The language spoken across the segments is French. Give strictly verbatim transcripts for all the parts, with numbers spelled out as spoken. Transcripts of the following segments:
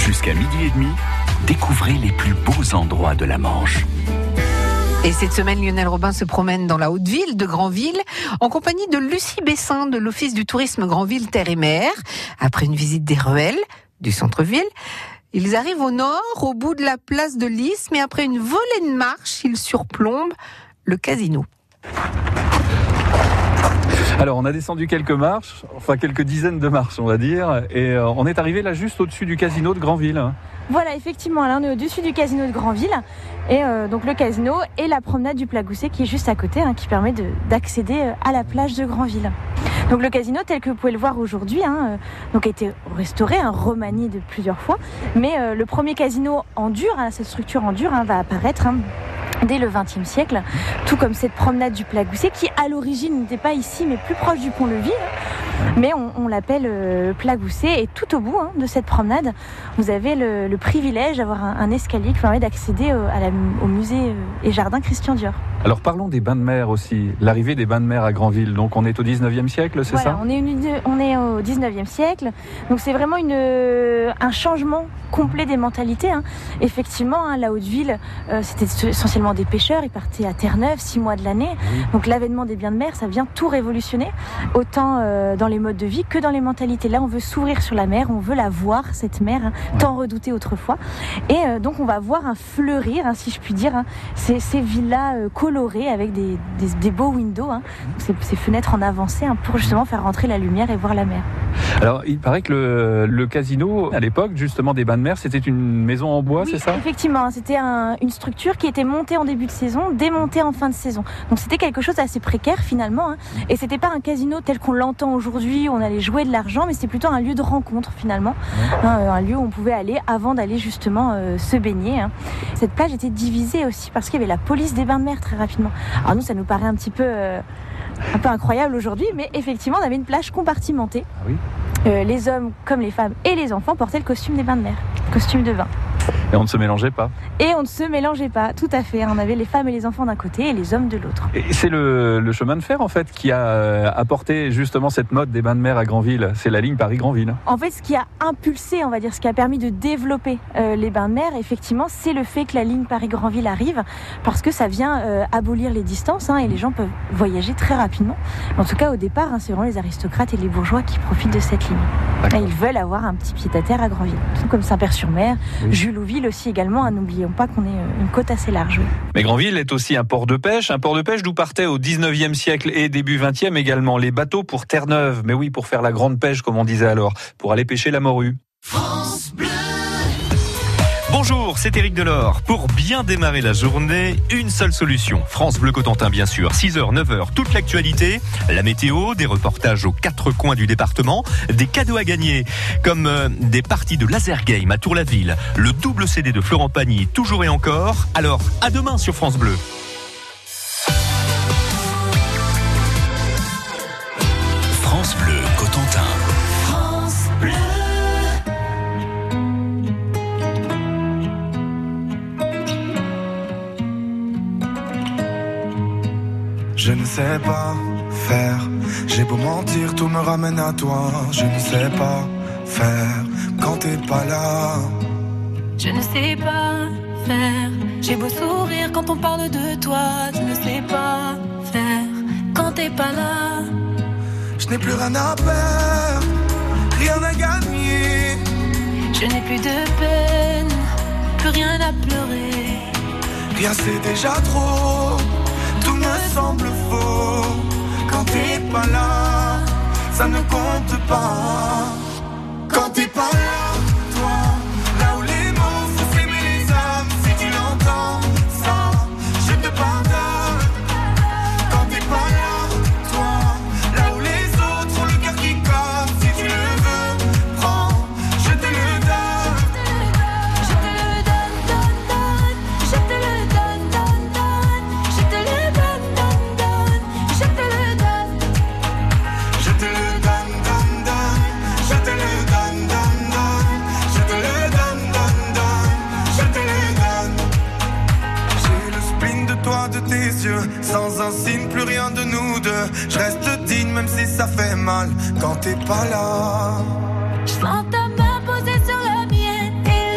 Jusqu'à midi et demi, découvrez les plus beaux endroits de la Manche. Et cette semaine, Lionel Robin se promène dans la Haute-Ville de Granville en compagnie de Lucie Bessin de l'Office du tourisme Granville Terre et Mer. Après une visite des ruelles du centre-ville, ils arrivent au nord, au bout de la place de Lys, mais après une volée de marche, ils surplombent le casino. Alors, on a descendu quelques marches, enfin quelques dizaines de marches, on va dire, et euh, on est arrivé là juste au-dessus du casino de Granville. Voilà, effectivement, là on est au-dessus du casino de Granville, et euh, donc le casino et la promenade du Plagousset qui est juste à côté, hein, qui permet de, d'accéder à la plage de Granville. Donc le casino, tel que vous pouvez le voir aujourd'hui, hein, euh, donc a été restauré, hein, remanié de plusieurs fois, mais euh, le premier casino en dur, hein, cette structure en dur, hein, va apparaître hein, dès le vingtième siècle, tout comme cette promenade du Plagousset qui à l'origine n'était pas ici mais plus proche du pont-levis, hein, mais on, on l'appelle euh, Plagousset, et tout au bout hein, de cette promenade vous avez le, le privilège d'avoir un, un escalier qui permet d'accéder au, à la, au musée et jardin Christian Dior. Alors parlons des bains de mer aussi, l'arrivée des bains de mer à Granville, donc on est au dix-neuvième siècle, c'est voilà, ça ? on est, une, on est au dix-neuvième siècle, donc c'est vraiment une, un changement complet des mentalités. Hein. Effectivement, hein, la Haute-Ville, euh, c'était essentiellement des pêcheurs, ils partaient à Terre-Neuve, six mois de l'année, oui. Donc l'avènement des biens de mer, ça vient tout révolutionner, autant euh, dans les modes de vie que dans les mentalités. Là, on veut s'ouvrir sur la mer, on veut la voir, cette mer, hein, tant redoutée autrefois, et euh, donc on va voir un fleurir, hein, si je puis dire, hein, ces, ces villas euh, colorées avec des, des, des beaux windows, hein, ces, ces fenêtres en avancée, hein, pour justement faire rentrer la lumière et voir la mer. Alors, il paraît que le, le casino, à l'époque, justement, des bains de mer, c'était une maison en bois, oui, c'est ça ? Effectivement, c'était un, une structure qui était montée en début de saison, démontée en fin de saison. Donc c'était quelque chose d'assez précaire finalement, hein. Et c'était pas un casino tel qu'on l'entend aujourd'hui, où on allait jouer de l'argent, mais c'était plutôt un lieu de rencontre finalement, ouais. hein, un lieu où on pouvait aller avant d'aller justement euh, se baigner. Hein. Cette plage était divisée aussi parce qu'il y avait la police des bains de mer très rapidement. Alors nous, ça nous paraît un petit peu... Euh, un peu incroyable aujourd'hui, mais effectivement on avait une plage compartimentée. Ah oui. Euh, les hommes comme les femmes et les enfants portaient le costume des bains de mer, costume de bain. Et on ne se mélangeait pas. Et on ne se mélangeait pas, tout à fait. On avait les femmes et les enfants d'un côté et les hommes de l'autre. Et c'est le, le chemin de fer en fait qui a apporté justement cette mode des bains de mer à Granville. C'est la ligne Paris-Granville. En fait, ce qui a impulsé, on va dire, ce qui a permis de développer euh, les bains de mer, effectivement, c'est le fait que la ligne Paris-Granville arrive, parce que ça vient euh, abolir les distances, hein, et les gens peuvent voyager très rapidement. En tout cas, au départ, hein, c'est vraiment les aristocrates et les bourgeois qui profitent de cette ligne. Et ils veulent avoir un petit pied-à-terre à Granville, tout comme Saint-Père-sur-Mer, oui. Julouville aussi également. Hein, n'oublions pas qu'on est une côte assez large. Oui. Mais Granville est aussi un port de pêche, un port de pêche d'où partaient au dix-neuvième siècle et début vingtième également les bateaux pour Terre-Neuve. Mais oui, pour faire la grande pêche, comme on disait alors, pour aller pêcher la morue. France Bleu. Bonjour, c'est Éric Delors. Pour bien démarrer la journée, une seule solution. France Bleu Cotentin, bien sûr. six heures, neuf heures, toute l'actualité, la météo, des reportages aux quatre coins du département, des cadeaux à gagner, comme euh, des parties de laser game à Tour-la-Ville, le double C D de Florent Pagny, toujours et encore. Alors, à demain sur France Bleu. France Bleu Cotentin. France Bleu. Je ne sais pas faire, j'ai beau mentir, tout me ramène à toi. Je ne sais pas faire quand t'es pas là. Je ne sais pas faire, j'ai beau sourire quand on parle de toi. Je ne sais pas faire quand t'es pas là. Je n'ai plus rien à perdre, rien à gagner. Je n'ai plus de peine, plus rien à pleurer. Rien c'est déjà trop, tout me semble faux. Quand t'es pas là, ça ne compte pas. Quand t'es pas là, toi, là où les mots font s'aimer les âmes. Si tu l'entends, ça, je te pardonne. Quand t'es pas là, toi, là où les autres ont le cœur qui colle. Si tu le veux, prends, je te le donne. Je te le donne, donne, donne. Je te le donne, donne, donne. Je te le donne, donne, donne. Je te le donne. Je te le donne, donne, donne. Je te le donne, donne, donne. Je te le donne, donne, donne. Je te le donne. J'ai le spleen de toi, de tes yeux. Sans un signe, plus rien de nous deux. Je reste digne même si ça fait mal quand t'es pas là. Je sens ta main posée sur la mienne et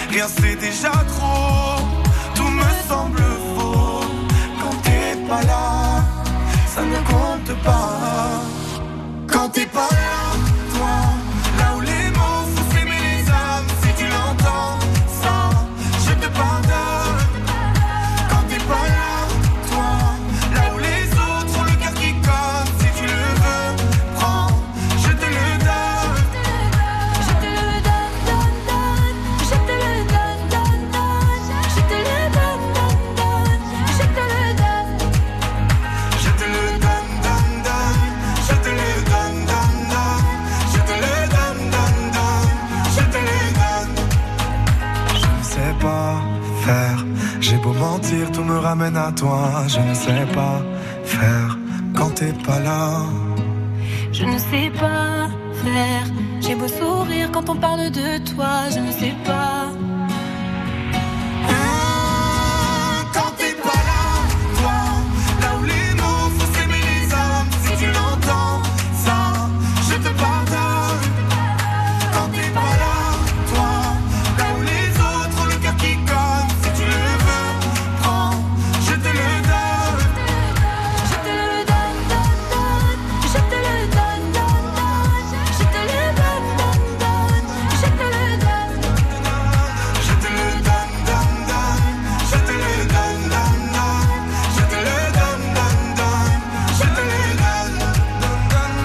Rien c'est déjà trop, tout me semble faux. Quand t'es pas là, ça ne compte pas. Quand t'es pas là, toi, là où les mots font s'aimer les âmes. Si tu l'entends, ça, je te pardonne. Quand t'es pas là, toi, là où les autres ont le cœur qui cogne. Si tu le veux, prends, je te le donne. Je te le donne, donne, donne. Je te le donne, donne, donne. Je te le donne, donne, donne. Je te le donne. Je te le donne, donne, donne. Je te le donne, donne, donne. Je te le donne, donne, donne. Je te le donne. Je ne sais pas faire. J'ai beau mentir, tout me ramène à toi. Je ne sais pas faire quand t'es pas là. Je ne sais pas faire. J'ai beau sourire quand on parle de toi. Je ne sais pas. Ah, quand t'es pas là, toi, là où les mots font s'aimer les hommes. Si tu l'entends, ça, je te pardonne. Quand t'es pas là, toi, là où les autres ont le cœur qui cogne. Si tu le veux, prends, je te le donne. Je te le donne, donne, donne. Je te le donne, donne, donne. Je te le donne, donne, donne. Je te le donne. Je te le donne, donne, donne. Je te le donne, donne, donne. Je te le donne, donne, donne. Je te le donne.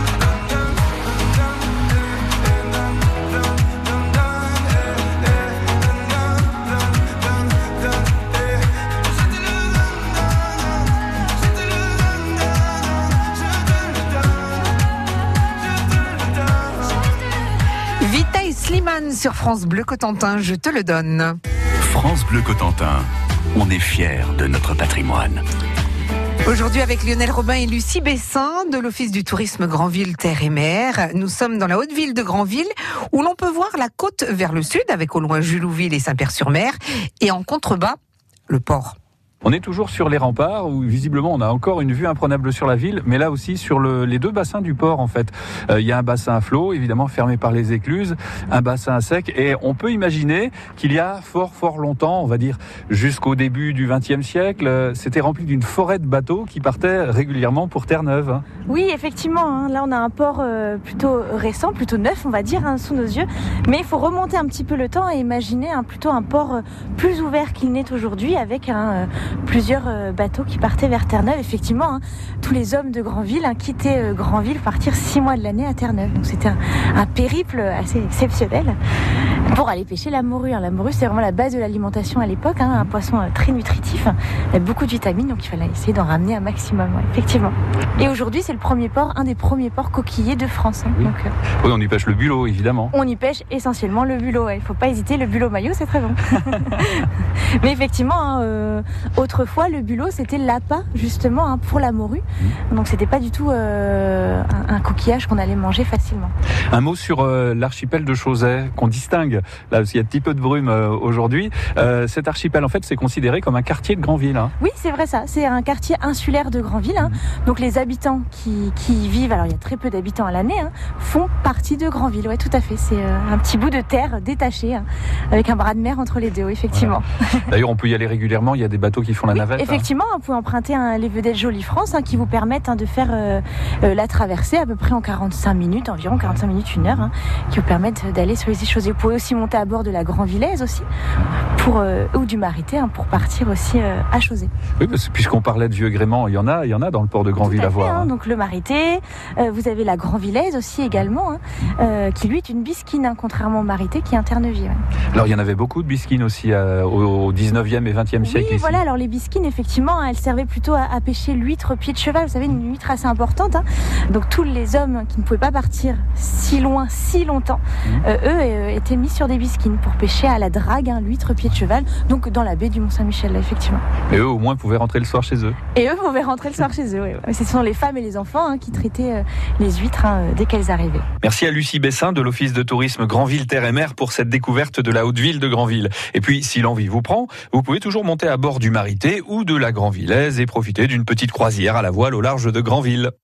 Vitaï Slimane sur France Bleu Cotentin, je te le donne. France Bleu Cotentin, on est fiers de notre patrimoine. Aujourd'hui avec Lionel Robin et Lucie Bessin de l'Office du tourisme Granville Terre et Mer. Nous sommes dans la haute ville de Granville où l'on peut voir la côte vers le sud avec au loin Julouville et Saint-Père-sur-Mer et en contrebas le port. On est toujours sur les remparts où visiblement on a encore une vue imprenable sur la ville, mais là aussi sur le, les deux bassins du port en fait. Euh, il y a un bassin à flot, évidemment fermé par les écluses, un bassin à sec, et on peut imaginer qu'il y a fort fort longtemps, on va dire jusqu'au début du vingtième siècle, euh, c'était rempli d'une forêt de bateaux qui partaient régulièrement pour Terre-Neuve. Hein. Oui, effectivement, hein, là on a un port euh, plutôt récent, plutôt neuf on va dire, hein, sous nos yeux, mais il faut remonter un petit peu le temps et imaginer hein, plutôt un port euh, plus ouvert qu'il n'est aujourd'hui avec un... Euh, plusieurs euh, bateaux qui partaient vers Terre-Neuve. Effectivement, hein, tous les hommes de Granville hein, quittaient euh, Granville, partir six mois de l'année à Terre-Neuve. Donc c'était un, un périple assez exceptionnel pour aller pêcher la morue. Hein. La morue, c'est vraiment la base de l'alimentation à l'époque, hein, un poisson euh, très nutritif, hein, avec beaucoup de vitamines, donc il fallait essayer d'en ramener un maximum, ouais, effectivement. Et aujourd'hui, c'est le premier port, un des premiers ports coquillers de France. Hein, oui. Donc, euh, oui, on y pêche le bulot, évidemment. On y pêche essentiellement le bulot. Il ouais. ne faut pas hésiter, le bulot maillot, c'est très bon. Mais effectivement, hein, euh, autrefois, le bulot, c'était l'appât, justement, hein, pour la morue. Mmh. Donc, c'était pas du tout euh, un, un coquillage qu'on allait manger facilement. Un mot sur euh, l'archipel de Chauzet, qu'on distingue, là, parce qu'il y a un petit peu de brume euh, aujourd'hui. Euh, cet archipel, en fait, c'est considéré comme un quartier de Granville. Hein. Oui, c'est vrai ça. C'est un quartier insulaire de Granville. Hein. Mmh. Donc, les habitants qui, qui y vivent, alors il y a très peu d'habitants à l'année, hein, font partie de Granville. Oui, tout à fait. C'est euh, un petit bout de terre détaché, hein, avec un bras de mer entre les deux, effectivement. Voilà. D'ailleurs, on peut y aller régulièrement. Il y a des bateaux qui font la oui, navette. Effectivement, hein. Vous pouvez emprunter hein, les vedettes Jolie France, hein, qui vous permettent hein, de faire euh, euh, la traversée à peu près en quarante-cinq minutes, environ quarante-cinq minutes, une heure, hein, qui vous permettent d'aller sur les îles Chauzet. Vous pouvez aussi monter à bord de la Grandvillaise aussi, pour, euh, ou du Marité, hein, pour partir aussi euh, à Chauzet. Oui, parce que puisqu'on parlait de vieux gréement, il y en a, il y en a dans le port de Granville à, à voir. Hein, hein. Donc le Marité, euh, vous avez la Grandvillaise aussi également, hein, euh, qui lui est une bisquine, hein, contrairement au Marité qui est un terre-neuvier. Ouais. Alors il y en avait beaucoup de bisquines aussi euh, au dix-neuvième et vingtième siècle. Oui, ici. voilà. Alors les bisquines, effectivement, hein, elles servaient plutôt à, à pêcher l'huître pied de cheval. Vous savez, une huître assez importante. Hein. Donc tous les hommes qui ne pouvaient pas partir si loin, si longtemps, mmh. euh, eux euh, étaient mis sur des bisquines pour pêcher à la drague, hein, l'huître pied de cheval. Donc dans la baie du Mont-Saint-Michel, là, effectivement. Et eux, au moins, pouvaient rentrer le soir chez eux. Et eux pouvaient rentrer le soir chez eux. Oui. Ce sont les femmes et les enfants hein, qui traitaient euh, les huîtres hein, dès qu'elles arrivaient. Merci à Lucie Bessin de l'Office de tourisme Granville Terre et Mer pour cette découverte de la haute ville de Granville. Et puis, si l'envie vous prend, vous pouvez toujours monter à bord du Marité ou de la Grandvillaise et profiter d'une petite croisière à la voile au large de Granville.